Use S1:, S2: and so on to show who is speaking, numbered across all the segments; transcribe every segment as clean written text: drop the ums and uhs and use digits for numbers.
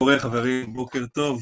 S1: מעולה חברים, בוקר טוב.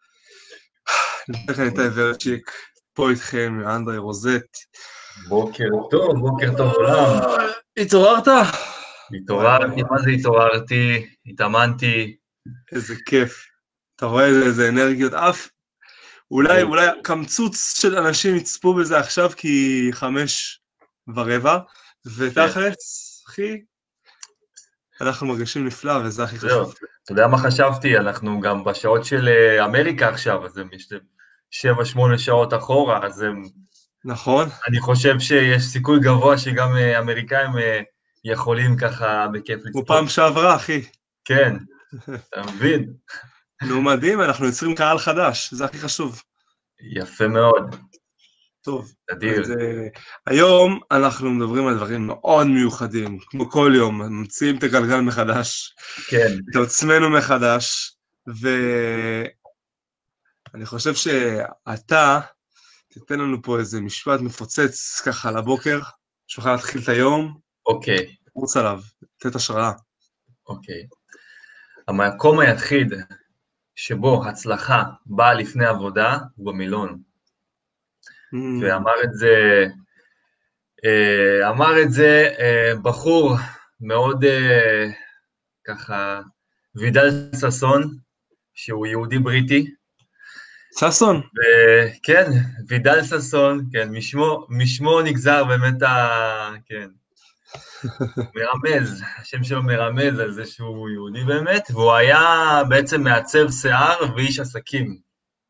S1: נתן את ורצ'יק, פה איתכם, אנדרי רוזט.
S2: בוקר טוב עולם.
S1: התעוררת?
S2: התעוררתי, מה זה התעוררתי? התאמנתי.
S1: איזה כיף. אתה רואה איזה אנרגיות אף? אולי קמצוץ של אנשים יצפו בזה עכשיו כי 5:15, ותכלס, אחי, אנחנו מרגישים נפלא וזה הכי חשוב.
S2: אתה יודע מה חשבתי? אנחנו גם בשעות של אמריקה עכשיו, אז הם יש 7-8 שעות אחורה, אז
S1: נכון.
S2: אני חושב שיש סיכוי גבוה שגם אמריקאים יכולים ככה בכיף לצפות.
S1: כמו פעם שעברה, אחי.
S2: כן, אתה מבין?
S1: נו מדהים, אנחנו יוצרים קהל חדש, זה הכי חשוב.
S2: יפה מאוד.
S1: טוב,
S2: אדיר.
S1: אז היום אנחנו מדברים על דברים מאוד מיוחדים, כמו כל יום, ממציאים את הגלגל מחדש,
S2: כן.
S1: את עצמנו מחדש, ואני חושב שאתה תתן לנו פה איזה משפט מפוצץ ככה לבוקר, שנוכל להתחיל את היום,
S2: אוקיי.
S1: תרוץ עליו, תת השראה.
S2: אוקיי. המקום היחיד שבו הצלחה באה לפני עבודה הוא במילון. ואמר את זה בחור מאוד ככה, וידל ססון, שהוא יהודי בריטי.
S1: ססון?
S2: כן, וידל ססון, כן, משמו נגזר באמת כן. מרמז, השם שלו מרמז על זה שהוא יהודי באמת, והוא היה בעצם מעצב שיער ואיש עסקים.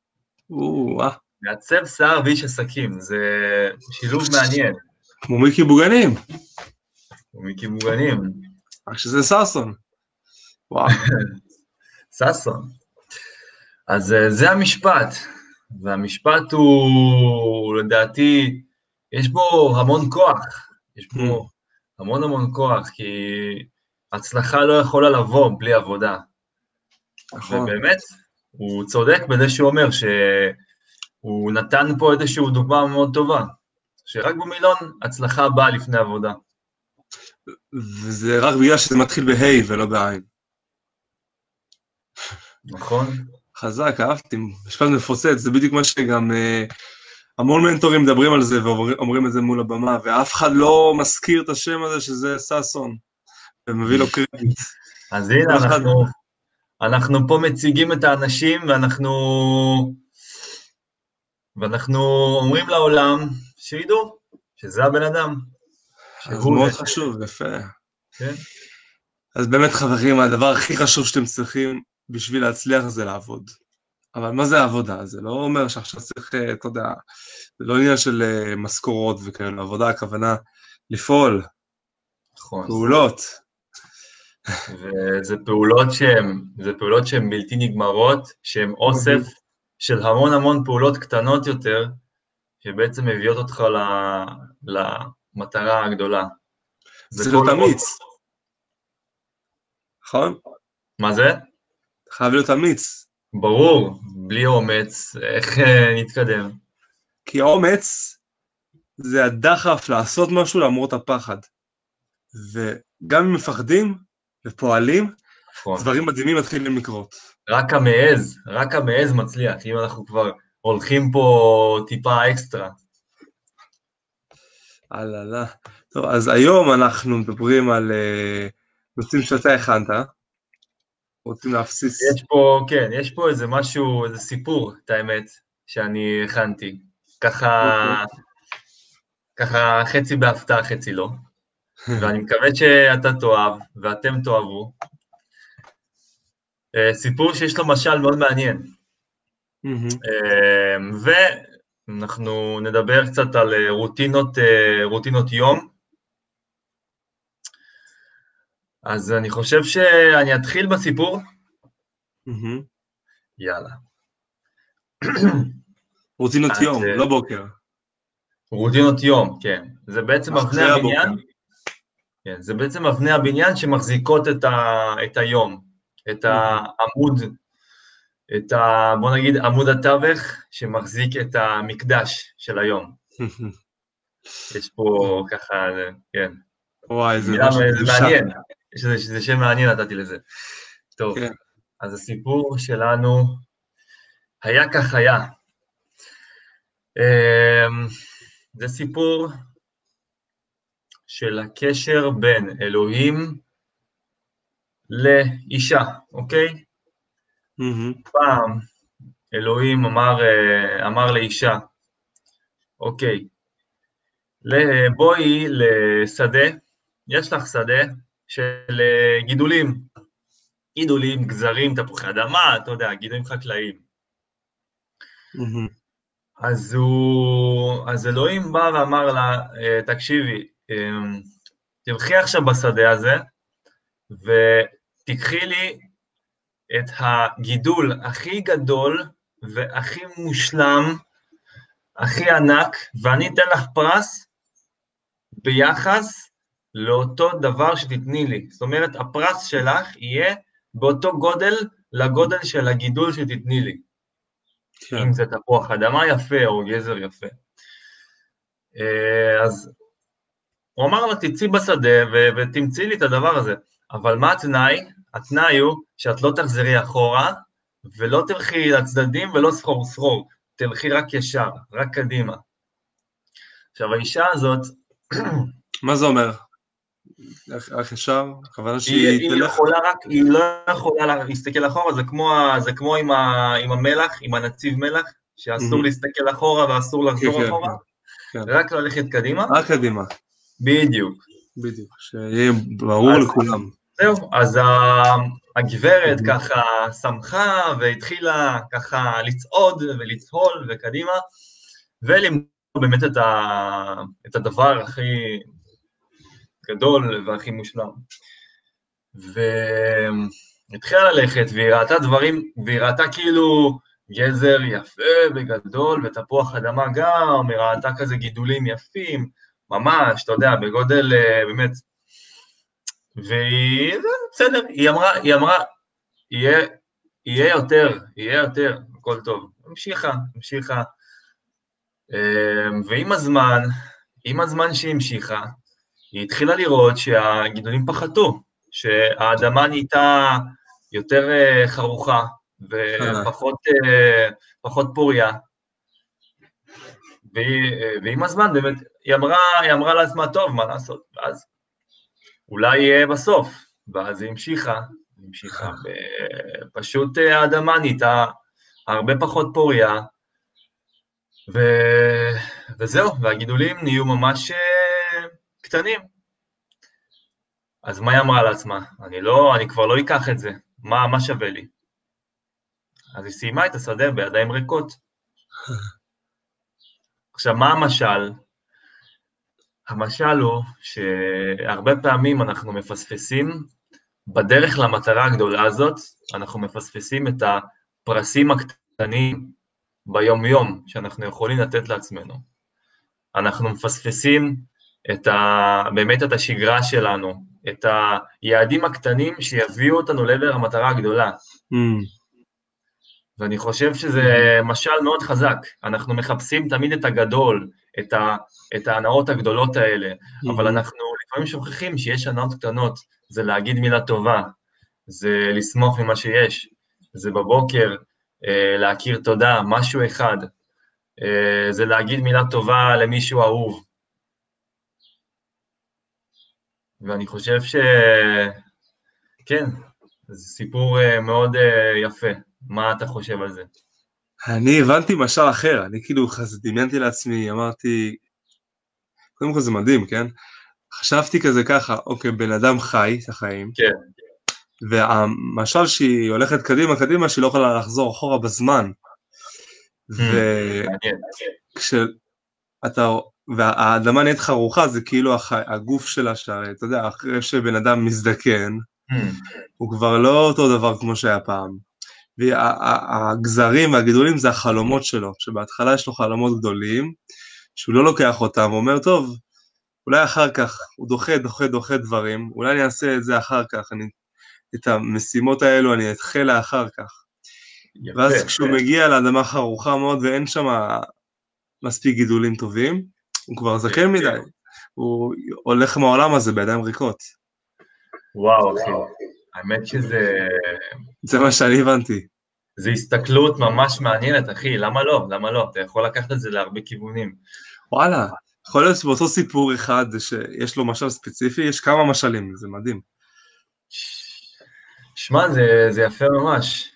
S2: מעצב שיער ואיש עסקים, זה שילוב מעניין.
S1: כמו מיקי בוגנים.
S2: כמו מיקי בוגנים.
S1: רק שזה ססון. וואו.
S2: ססון. אז זה המשפט, והמשפט הוא, לדעתי, יש בו המון כוח, יש בו המון כוח, כי הצלחה לא יכולה לבוא בלי עבודה.
S1: נכון.
S2: ובאמת, הוא צודק בזה שהוא אומר שהוא נתן פה איזושהי דוגמה מאוד טובה, שרק במילון הצלחה באה לפני עבודה.
S1: וזה רק בגלל שזה מתחיל בהי ולא בעין.
S2: נכון?
S1: חזק, אהבתי, משפט מפוצץ, זה בדיוק מה שגם המון מנטורים מדברים על זה ואומרים את זה מול הבמה, ואף אחד לא מזכיר את השם הזה שזה ססון, ומביא לו קרדיט.
S2: אז הנה, אנחנו פה מציגים את האנשים, ואנחנו אומרים לעולם שידעו שזה הבן אדם.
S1: אז מאוד חשוב, יפה.
S2: כן.
S1: אז באמת חברים, הדבר הכי חשוב שאתם צריכים בשביל להצליח זה לעבוד. אבל מה זה העבודה? זה לא אומר שעכשיו צריך, אתה יודע, זה לא עניין של משכורות וכאלה, עבודה הכוונה לפעול,
S2: נכון.
S1: פעולות.
S2: וזה פעולות שהן בלתי נגמרות, שהן אוסף של המון פעולות קטנות יותר, שבעצם מביאות אותך למטרה הגדולה.
S1: זה להיות אמיץ. נכון?
S2: מה זה?
S1: חייב להיות אמיץ.
S2: ברור, בלי אומץ, איך נתקדם?
S1: כי האומץ זה הדחף לעשות משהו למרות הפחד. וגם אם מפחדים ופועלים, דברים מדהימים מתחילים לקרות.
S2: רק המעז מצליח, אם אנחנו כבר הולכים פה טיפה אקסטרה.
S1: אללה. טוב, אז היום אנחנו מדברים על נושאים שאתה הכנת. רוצים להפסיס.
S2: יש פה איזה משהו, איזה סיפור, את האמת, שאני הכנתי. ככה חצי בהפתעה, חצי לא. ואני מקווה שאתה תאהב, ואתם תאהבו. סיפור שיש לו משל מאוד מעניין. ואנחנו נדבר קצת על רוטינות יום. אז אני חושב שאני אתחיל בסיפור. יאללה.
S1: רוטינות יום, לא בוקר.
S2: רוטינות יום, כן. זה בעצם אבני הבניין. כן, זה בעצם אבני הבניין שמחזיקות את היום, את העמוד, בוא נגיד עמוד התווך שמחזיק את המקדש של היום. יש פה ככה, כן.
S1: וואי, זה
S2: מעניין. זה שם מעניין נתתי לזה. טוב. אז הסיפור שלנו היה כך היה. זה סיפור של הקשר בין אלוהים לאישה, אוקיי? פעם אלוהים אמר לאישה, אוקיי, בואי לשדה, יש לך שדה של גידולים, גזרים, תפוחי אדמה, אתה יודע, גידולים חקלאיים. אז אלוהים בא ואמר לה, תקשיבי, תלכי עכשיו בשדה הזה, ותקחי לי את הגידול הכי גדול, והכי מושלם, הכי ענק, ואני אתן לך פרס, ביחס לאותו דבר שתתני לי. זאת אומרת, הפרס שלך יהיה באותו גודל, לגודל של הגידול שתתני לי. כן. אם זה תפוח אדמה יפה או גזר יפה. אז הוא אמר לה, תצאי בשדה ותמצאי לי את הדבר הזה. אבל מה התנאי? התנאי הוא שאת לא תחזרי אחורה, ולא תלכי לצדדים ולא סחור. תלכי רק ישר, רק קדימה. עכשיו, האישה הזאת...
S1: מה זה אומר? רק ישר? הכוונה שהיא
S2: תלך? היא לא יכולה להסתכל אחורה, זה כמו עם המלח, עם הנציב מלח, שאסור להסתכל אחורה ואסור לחזור אחורה, רק ללכת קדימה.
S1: רק קדימה.
S2: בדיוק.
S1: בדיוק, שיהיה ברור לכולם.
S2: זהו, אז הגברת ככה שמחה והתחילה ככה לצעוד ולצהול וקדימה, ולמצוא באמת את הדבר הכי גדול והכי מושלם. והתחילה ללכת והיא ראתה דברים, והיא ראתה כאילו גזר יפה וגדול ותפוח אדמה גם, היא ראתה כזה גידולים יפים, ממש, אתה יודע, בגודל באמת, והיא, בסדר, היא אמרה, יהיה יותר, הכל טוב, המשיכה, ועם הזמן שהיא המשיכה, היא התחילה לראות שהגידולים פחתו, שהאדמה נהייתה יותר חרוכה, ופחות פוריה, ועם הזמן באמת, היא אמרה לעצמה, טוב, מה לעשות, ואז אולי יהיה בסוף, ואז היא המשיכה, פשוט האדמה נהייתה הרבה פחות פוריה, וזהו, והגידולים נהיו ממש קטנים. אז מה היא אמרה לעצמה? אני כבר לא אקח את זה, מה שווה לי? אז היא סיימה את השדה בידיים ריקות. עכשיו, מה המשל? המשל הוא שהרבה פעמים אנחנו מפספסים, בדרך למטרה הגדולה הזאת, אנחנו מפספסים את הפרסים הקטנים ביום-יום שאנחנו יכולים לתת לעצמנו. אנחנו מפספסים באמת את השגרה שלנו, את היעדים הקטנים שיביאו אותנו לעבר המטרה הגדולה. ואני חושב שזה משל מאוד חזק, אנחנו מחפשים תמיד את הגדול, את ההנאות הגדולות האלה, אבל אנחנו לפעמים שוכחים שיש הנאות קטנות, זה להגיד מילה טובה, זה לסמוך ממה שיש, זה בבוקר להכיר תודה, משהו אחד, זה להגיד מילה טובה למישהו אהוב. ואני חושב כן, זה סיפור מאוד יפה. מה אתה חושב על זה?
S1: אני הבנתי משל אחר, אני כאילו דמיינתי לעצמי, אמרתי, קודם כל זה מדהים, כן? חשבתי כזה ככה, אוקיי, בן אדם חי את החיים,
S2: כן.
S1: והמשל שהיא הולכת קדימה, שהיא לא יכולה לחזור אחורה בזמן. והאדמה נהיית חרוכה, זה כאילו הגוף שלה, אתה יודע, אחרי שבן אדם מזדקן, הוא כבר לא אותו דבר כמו שהיה פעם. והגזרים והגידולים זה החלומות שלו, שבהתחלה יש לו חלומות גדולים, שהוא לא לוקח אותם, הוא אומר, טוב, אולי אחר כך, הוא דוחה דברים, אולי אני אעשה את זה אחר כך, את המשימות האלו אני אתחיל לאחר כך. ואז כשהוא מגיע לאדמה חרוכה מאוד, ואין שם מספיק גידולים טובים, הוא כבר זקן מדי, הוא הולך מהעולם הזה בידיים ריקות.
S2: וואו, אחי. האמת שזה...
S1: זה מה שאני הבנתי.
S2: זה הסתכלות ממש מעניינת, אחי, למה לא? למה לא? אתה יכול לקחת את זה להרבה כיוונים.
S1: וואלה, יכול להיות שבאותו סיפור אחד שיש לו משל ספציפי, יש כמה משלים, זה מדהים.
S2: שמע, זה יפה ממש.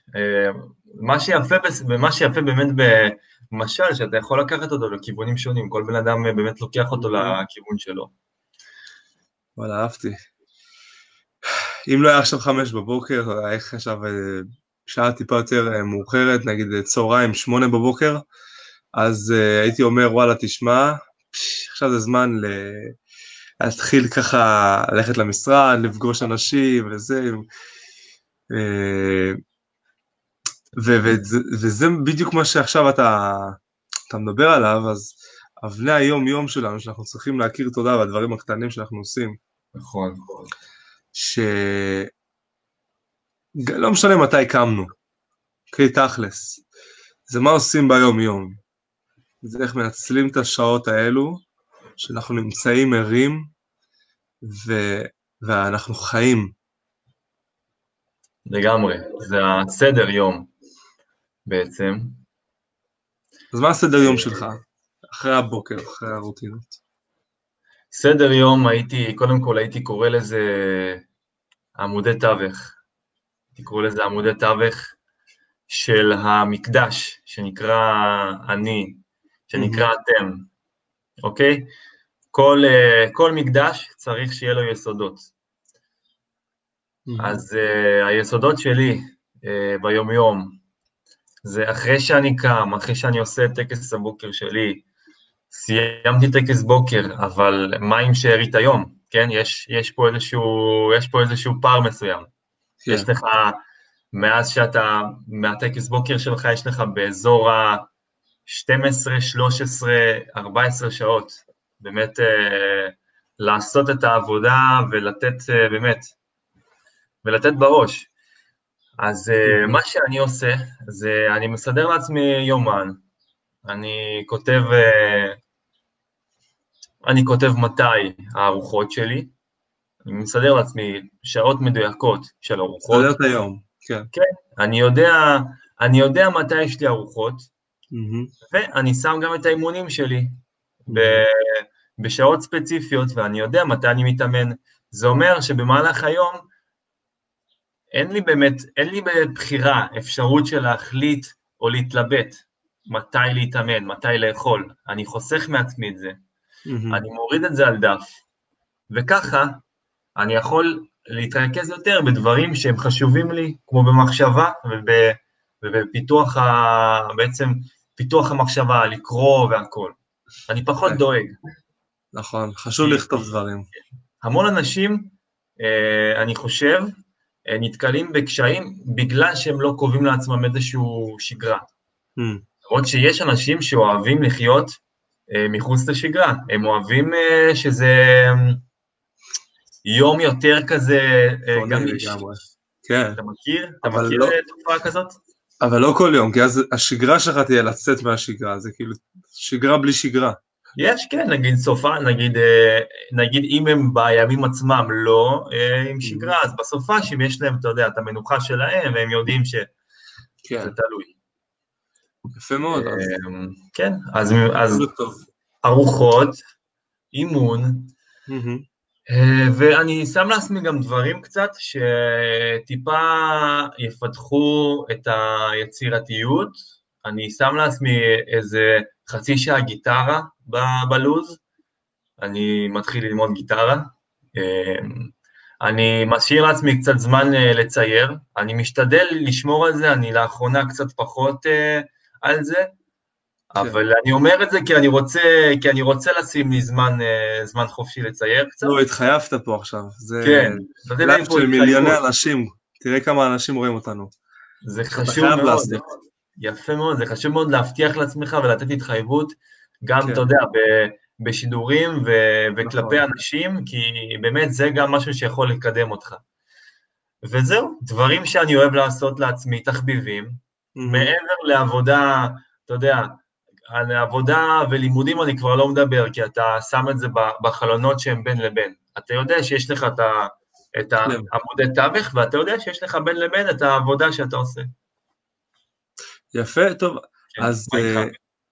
S2: מה שיפה באמת במשל, שאתה יכול לקחת אותו לכיוונים שונים, כל בן אדם באמת לוקח אותו לכיוון שלו.
S1: וואלה, אהבתי. אם לא היה עכשיו 5 בבוקר, היה עכשיו שעה טיפה יותר מאוחרת, נגיד צהריים 8 בבוקר, אז הייתי אומר, וואלה, תשמע, עכשיו זה זמן להתחיל ככה ללכת למשרד, לפגוש אנשים וזה, וזה בדיוק מה שעכשיו אתה מדבר עליו, אז אבני היום-יום שלנו, שאנחנו צריכים להכיר תודה והדברים הקטנים שאנחנו עושים.
S2: נכון.
S1: לא משנה מתי קמנו, תכלס, זה מה עושים ביום-יום, זה איך מנצלים את השעות האלו, שאנחנו נמצאים ערים, ואנחנו חיים.
S2: לגמרי, זה הסדר יום בעצם.
S1: אז מה הסדר יום שלך? אחרי הבוקר, אחרי הרוטינות?
S2: סדר יום קודם כל הייתי קורא לזה עמודי תווך. הייתי קורא לזה עמודי תווך של המקדש, שנקרא אני, שנקרא אתם, אוקיי? כל מקדש צריך שיהיה לו יסודות. אז היסודות שלי ביום-יום, זה אחרי שאני קם, אחרי שאני עושה טקס הבוקר שלי, סיימתי טקס בוקר, אבל מה עם שארית היום? כן, יש פה איזשהו פער מסוים. כן. יש לך, מהטקס בוקר שלך יש לך באזור ה-12, 13, 14 שעות, באמת לעשות את העבודה ולתת ולתת בראש. אז מה שאני עושה, זה אני מסדר לעצמי יומן, אני כותב מתי הארוחות שלי, אני מסדר לעצמי שעות מדויקות של ארוחות.
S1: מסדר את היום, כן.
S2: כן, אני יודע מתי יש לי ארוחות, ואני שם גם את האימונים שלי בשעות ספציפיות, ואני יודע מתי אני מתאמן. זה אומר שבמהלך היום, אין לי בבחירה אפשרות של להחליט או להתלבט מתי להתאמן, מתי לאכול. אני חוסך מעצמי את זה. אני מוריד את זה על דף. וככה אני יכול להתרכז יותר בדברים שהם חשובים לי, כמו במחשבה ובפיתוח בעצם פיתוח המחשבה, לקרוא והכל. אני פחות דואג.
S1: נכון, חשוב לכתוב דברים.
S2: המון אנשים, אני חושב, נתקלים בקשיים בגלל שהם לא קובעים לעצמם איזשהו שגרה. עוד שיש אנשים שאוהבים לחיות מחוץ לשגרה, הם אוהבים שזה יום יותר כזה גמיש.
S1: כן.
S2: אתה מכיר תופעה כזאת?
S1: אבל לא כל יום, כי אז השגרה שלך תהיה לצאת מהשגרה, זה כאילו שגרה בלי שגרה.
S2: יש, כן, נגיד סופה, נגיד אם הם בימים עצמם לא עם שגרה, אז בסופה שאם יש להם, אתה יודע, את המנוחה שלהם, והם יודעים שזה תלוי.
S1: יפה מאוד.
S2: כן, אז ארוחות, אימון, ואני שם לעצמי גם דברים קצת שטיפה יפתחו את היצירתיות. אני שם לעצמי איזה חצי שעה גיטרה בלוז, אני מתחיל ללמוד גיטרה, אני משאיר לעצמי קצת זמן לצייר, אני משתדל לשמור על זה, אני לאחרונה קצת פחות על זה, אבל אני אומר את זה כי אני רוצה לשים לי זמן חופשי לצייר קצת.
S1: לא, התחייבת פה עכשיו, זה
S2: לייב
S1: של מיליוני אנשים, תראה כמה אנשים רואים אותנו.
S2: זה חשוב מאוד, יפה מאוד, זה חשוב מאוד להבטיח לעצמך ולתת התחייבות, גם אתה יודע, בשידורים וכלפי אנשים, כי באמת זה גם משהו שיכול לקדם אותך. וזהו, דברים שאני אוהב לעשות לעצמי, תחביבים, מעבר לעבודה, אתה יודע, על עבודה ולימודים אני כבר לא מדבר, כי אתה שם את זה בחלונות שהם בין לבין. אתה יודע שיש לך את העמודי תווך, ואתה יודע שיש לך בין לבין את העבודה שאתה עושה.
S1: יפה, טוב,
S2: כן,
S1: אז
S2: מה איתך?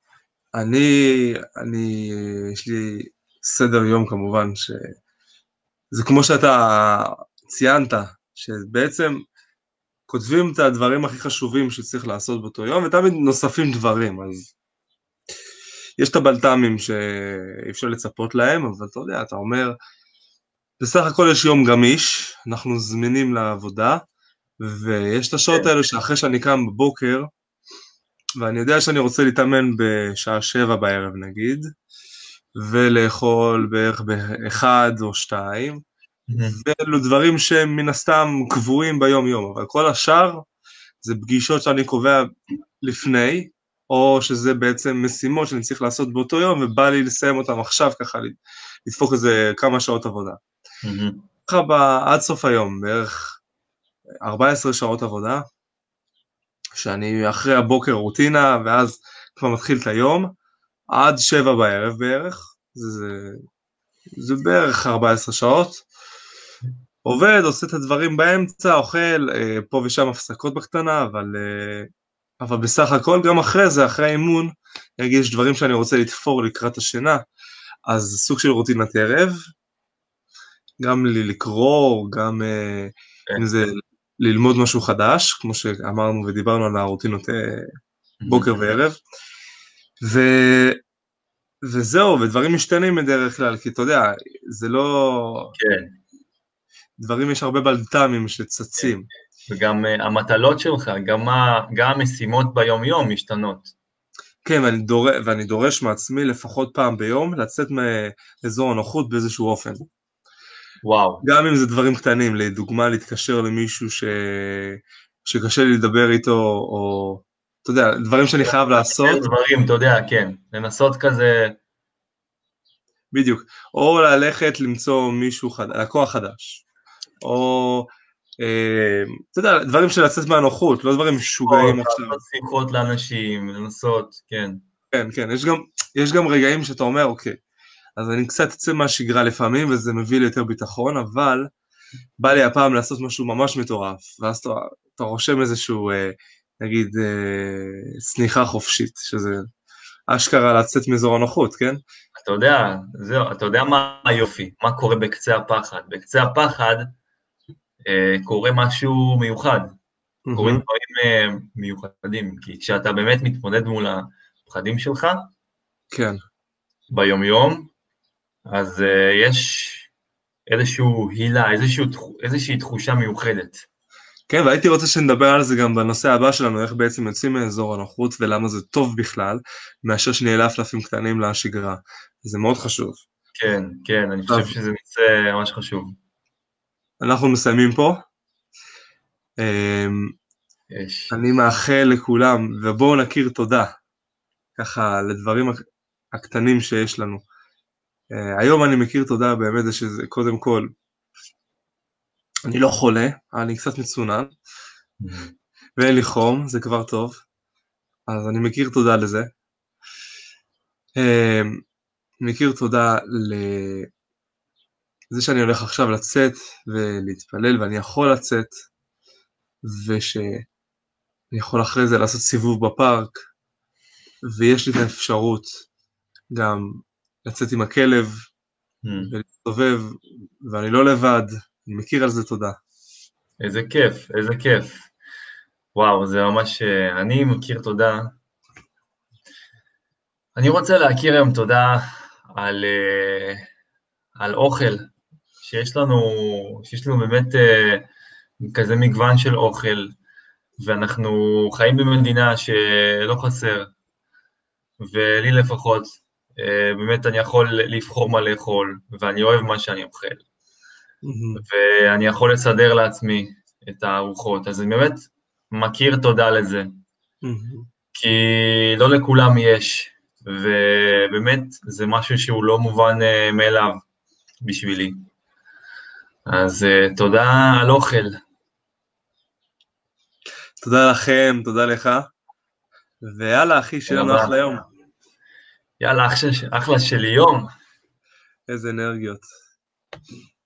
S1: יש לי סדר יום כמובן, זה כמו שאתה ציינת, שבעצם כותבים את הדברים הכי חשובים שצריך לעשות באותו יום, ותמיד נוספים דברים, אז יש את הבלת"מים שאי אפשר לצפות להם, אבל אתה יודע, אתה אומר, בסך הכל יש יום גמיש, אנחנו זמינים לעבודה, ויש את השעות האלו שאחרי שאני קם בבוקר, ואני יודע שאני רוצה להתאמן בשעה 7 בערב נגיד, ולאכול בערך באחד או שתיים, ואלו דברים שהם מן הסתם קבועים ביום יום, אבל כל השאר זה פגישות שאני קובע לפני, או שזה בעצם משימות שאני צריך לעשות באותו יום, ובא לי לסיים אותם עכשיו ככה, לדפוק איזה כמה שעות עבודה. ככה עד סוף היום, בערך 14 שעות עבודה, שאני אחרי הבוקר רוטינה, ואז כבר מתחיל את היום, עד 7 בערב בערך, זה בערך 14 שעות, עובד, עושה את הדברים באמצע, אוכל, פה ושם הפסקות בקטנה, אבל בסך הכל גם אחרי זה, אחרי האימון, יש דברים שאני רוצה לתפור לקראת השינה, אז סוג של רוטינת ערב, גם לקרוא, גם אם זה ללמוד משהו חדש, כמו שאמרנו ודיברנו על הרוטינות בוקר וערב, וזהו, ודברים משתנים בדרך כלל, כי אתה יודע, זה לא...
S2: כן.
S1: דברים יש הרבה בלת"מים שצצים.
S2: וגם המטלות שלך, גם המשימות ביום יום משתנות.
S1: כן, ואני דורש מעצמי לפחות פעם ביום לצאת מאזור הנוחות באיזשהו אופן.
S2: וואו.
S1: גם אם זה דברים קטנים, לדוגמה להתקשר למישהו שקשה לי לדבר איתו, או אתה יודע, דברים שאני חייב לעשות.
S2: דברים, אתה יודע, כן, לנסות כזה.
S1: בדיוק, או ללכת למצוא מישהו לקוח חדש, או אתה יודע, דברים של לצאת מהנוחות, לא דברים משוגעים עכשיו.
S2: לעשות שיחות לאנשים, לנסות, כן.
S1: כן, כן, יש גם רגעים שאתה אומר, אוקיי, אז אני קצת אצא מהשגרה לפעמים, וזה מביא לי יותר ביטחון, אבל בא לי הפעם לעשות משהו ממש מטורף, ואז אתה רושם איזשהו, נגיד, צניחה חופשית, שזה אשכרה לצאת מאזור הנוחות, כן?
S2: אתה יודע, זהו, אתה יודע מה היופי, מה קורה בקצה הפחד. בקצה הפחד קורה משהו מיוחד, קורים דברים מיוחדים, כי כשאתה באמת מתמודד מול הפחדים שלך,
S1: כן.
S2: ביום-יום, אז יש איזשהו הילה, איזושהי תחושה מיוחדת.
S1: כן, והייתי רוצה שנדבר על זה גם בנושא הבא שלנו, איך בעצם יוצאים מאזור הנוחות ולמה זה טוב בכלל, מאשר שנהיה לאפלפים קטנים לשגרה. זה מאוד חשוב.
S2: כן, כן, אני חושב שזה נושא ממש חשוב.
S1: אנחנו מסיימים פה. אני מאחל לכולם, ובואו נכיר תודה, ככה לדברים הקטנים שיש לנו. היום אני מכיר תודה באמת זה שזה קודם כל, אני לא חולה, אני קצת מצונן, ואין לי חום, זה כבר טוב, אז אני מכיר תודה לזה. מכיר תודה לזה שאני הולך עכשיו לצאת ולהתפלל, ואני יכול לצאת, ושאני יכול אחרי זה לעשות סיבוב בפארק, ויש לי את האפשרות גם לצאת עם הכלב, ולהסתובב, ואני לא לבד, אני מכיר על זה תודה.
S2: איזה כיף, איזה כיף. וואו, זה ממש, אני מכיר תודה. אני רוצה להכיר היום תודה על אוכל, שיש לנו באמת כזה מגוון של אוכל, ואנחנו חיים במדינה שלא חסר, ולי לפחות, באמת אני יכול לבחור מה לאכול, ואני אוהב מה שאני אוכל, ואני יכול לסדר לעצמי את הארוחות, אז אני באמת מכיר תודה לזה, כי לא לכולם יש, ובאמת זה משהו שהוא לא מובן מאליו בשבילי. אז תודה על אוכל.
S1: תודה לכם, תודה לך, ויאללה אחי, שיהיה לנו אחלה יום.
S2: יאללה, אחלה שלי יום.
S1: איזה אנרגיות.